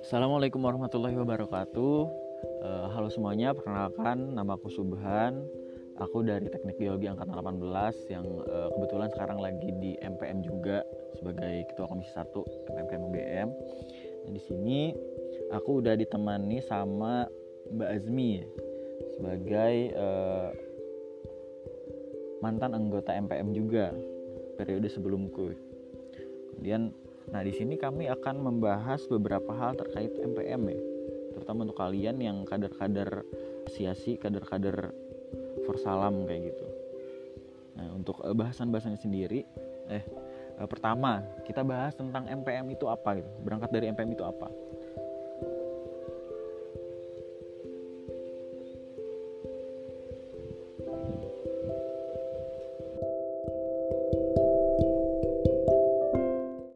Assalamualaikum warahmatullahi wabarakatuh. Halo semuanya, perkenalkan nama aku Subhan. Aku dari Teknik Geologi Angkatan 18 yang kebetulan sekarang lagi di MPM juga sebagai Ketua Komisi 1 MPM UGM. Nah, di sini aku udah ditemani sama Mbak Azmi sebagai mantan anggota MPM juga periode sebelumku. Kemudian di sini kami akan membahas beberapa hal terkait MPM ya, terutama untuk kalian yang kader-kader asosiasi, kader-kader Forsalam kayak gitu. Nah, untuk bahasan-bahasannya sendiri, pertama kita bahas tentang MPM itu apa gitu. Berangkat dari MPM itu apa.